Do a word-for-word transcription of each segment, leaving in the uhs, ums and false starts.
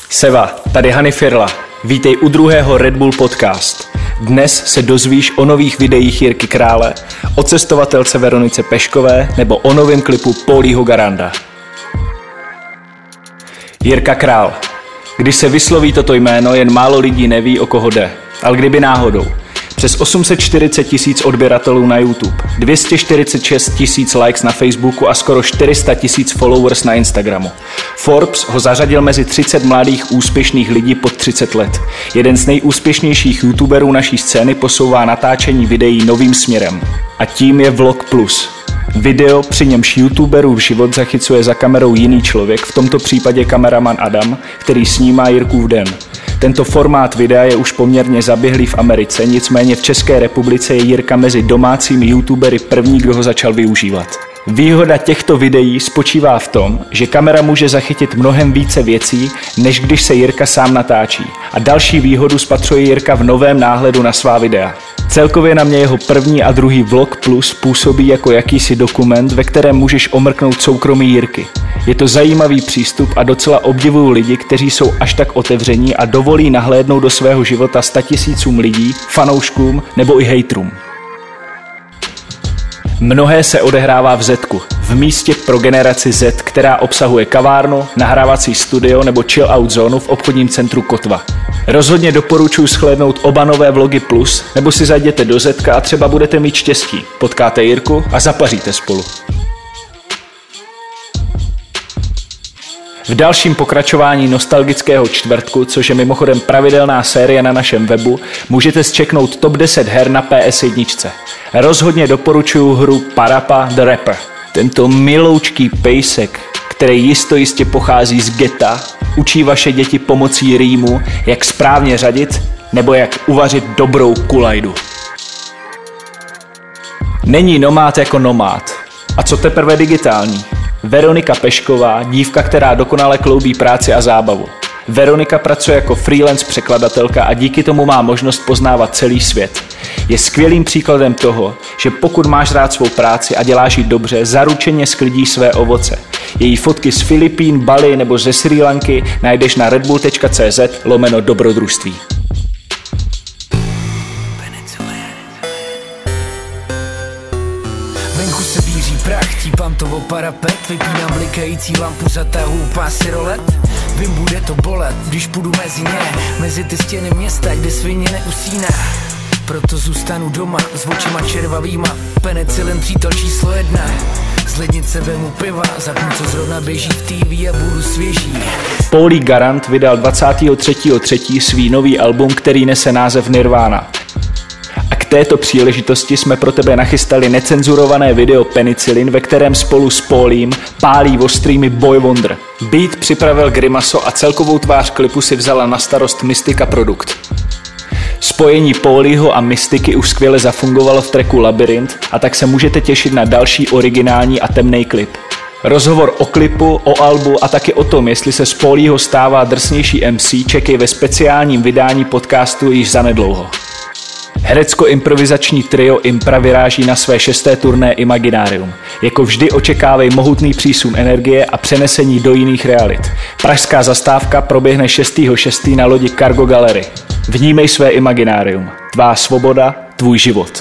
Seva, tady Hany Firla. Vítej u druhého Red Bull podcast. Dnes se dozvíš o nových videích Jirky Krále, o cestovatelce Veronice Peškové nebo o novém klipu Paulího Garanda. Jirka Král. Když se vysloví toto jméno, jen málo lidí neví, o koho jde. Ale kdyby náhodou. Přes osm set čtyřicet tisíc odběratelů na YouTube, dvě stě čtyřicet šest tisíc likes na Facebooku a skoro čtyři sta tisíc followers na Instagramu. Forbes ho zařadil mezi třicet mladých úspěšných lidí pod třicet let. Jeden z nejúspěšnějších youtuberů naší scény posouvá natáčení videí novým směrem. A tím je Vlog Plus. Video, při němž youtuberův život zachycuje za kamerou jiný člověk, v tomto případě kameraman Adam, který snímá Jirkův den. Tento formát videa je už poměrně zaběhlý v Americe, nicméně v České republice je Jirka mezi domácími youtubery první, kdo ho začal využívat. Výhoda těchto videí spočívá v tom, že kamera může zachytit mnohem více věcí, než když se Jirka sám natáčí. A další výhodu spatřuje Jirka v novém náhledu na svá videa. Celkově na mě jeho první a druhý Vlog Plus působí jako jakýsi dokument, ve kterém můžeš omrknout soukromí Jirky. Je to zajímavý přístup a docela obdivuju lidi, kteří jsou až tak otevření a dovolí nahlédnout do svého života statisícům lidí, fanouškům nebo i hejtrům. Mnohé se odehrává v Zetku, v místě pro generaci Z, která obsahuje kavárnu, nahrávací studio nebo chill-out zónu v obchodním centru Kotva. Rozhodně doporučuji shlédnout oba nové vlogy Plus, nebo si zajděte do Zetka a třeba budete mít štěstí. Potkáte Jirku a zapaříte spolu. V dalším pokračování nostalgického čtvrtku, což je mimochodem pravidelná série na našem webu, můžete zčeknout top deset her na P S jedna. Rozhodně doporučuji hru Parappa the Rapper. Tento miloučký pejsek, který jistojistě pochází z geta, učí vaše děti pomocí rýmu, jak správně řadit nebo jak uvařit dobrou kulajdu. Není nomád jako nomád. A co teprve digitální? Veronika Pešková, dívka, která dokonale kloubí práci a zábavu. Veronika pracuje jako freelance překladatelka a díky tomu má možnost poznávat celý svět. Je skvělým příkladem toho, že pokud máš rád svou práci a děláš ji dobře, zaručeně sklidíš své ovoce. Její fotky z Filipín, Bali nebo ze Srí Lanky najdeš na redbull tečka cz lomeno dobrodružství. Venku se víří prach, típám to o parapet, vypínám blikající lampu, zatahu pásy rolet. Vím, bude to bolet, když půjdu mezi ně, mezi ty stěny města, kde svině neusíná. Proto zůstanu doma s očima červavýma, penicilin přítel číslo jedna. Z lednice vemu piva, zapnu co zrovna běží v T V a budu svěží. Paulí Garand vydal dvacátého třetího třetího svý nový album, který nese název Nirvana. A k této příležitosti jsme pro tebe nachystali necenzurované video Penicillin, ve kterém spolu s Paulím pálí ostrými Boy Wonder. Beat připravil Grimaso a celkovou tvář klipu si vzala na starost Mystika Produkt. Spojení Paulího a Mystiky už skvěle zafungovalo v tracku Labyrint a tak se můžete těšit na další originální a temnej klip. Rozhovor o klipu, o albu a taky o tom, jestli se z Paulího stává drsnější M C, čekej ve speciálním vydání podcastu již zanedlouho. Herecko-improvizační trio Impra vyráží na své šesté turné Imaginarium. Jako vždy očekávej mohutný přísun energie a přenesení do jiných realit. Pražská zastávka proběhne šestého šestého na lodi Cargo Gallery. Vnímej své Imaginarium. Tvá svoboda, tvůj život.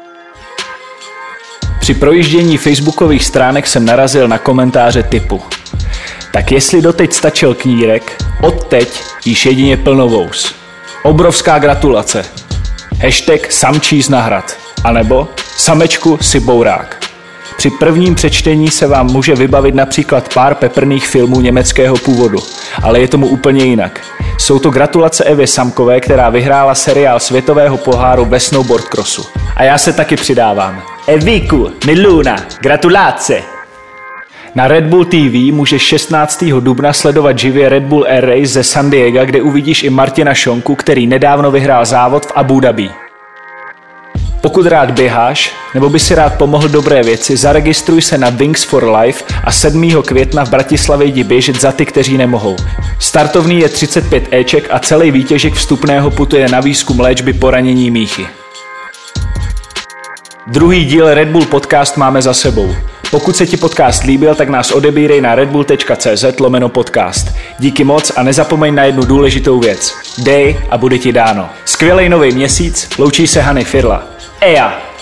Při projíždění facebookových stránek jsem narazil na komentáře typu: tak jestli doteď stačil knírek, odteď již jedině plnovous. Obrovská gratulace. Hashtag samčíz na hrad. A nebo samečku si bourák. Při prvním přečtení se vám může vybavit například pár peprných filmů německého původu, ale je tomu úplně jinak. Jsou to gratulace Evě Samkové, která vyhrála seriál světového poháru ve snowboardcrossu. A já se taky přidávám. Evíku, miluna, gratulace! Na Red Bull T V můžeš šestnáctého dubna sledovat živě Red Bull Air Race ze San Diega, kde uvidíš i Martina Šonku, který nedávno vyhrál závod v Abu Dhabi. Pokud rád běháš, nebo by si rád pomohl dobré věci, zaregistruj se na Wings for Life a sedmého května v Bratislavě jdi běžet za ty, kteří nemohou. Startovný je třicet pět éček a celý výtěžek vstupného putuje na výzkum léčby poranění míchy. Druhý díl Red Bull podcast máme za sebou. Pokud se ti podcast líbil, tak nás odebírej na redbull.cz lomeno podcast. Díky moc a nezapomeň na jednu důležitou věc. Dej a bude ti dáno. Skvělej nový měsíc, loučí se Hany Firla. Eja!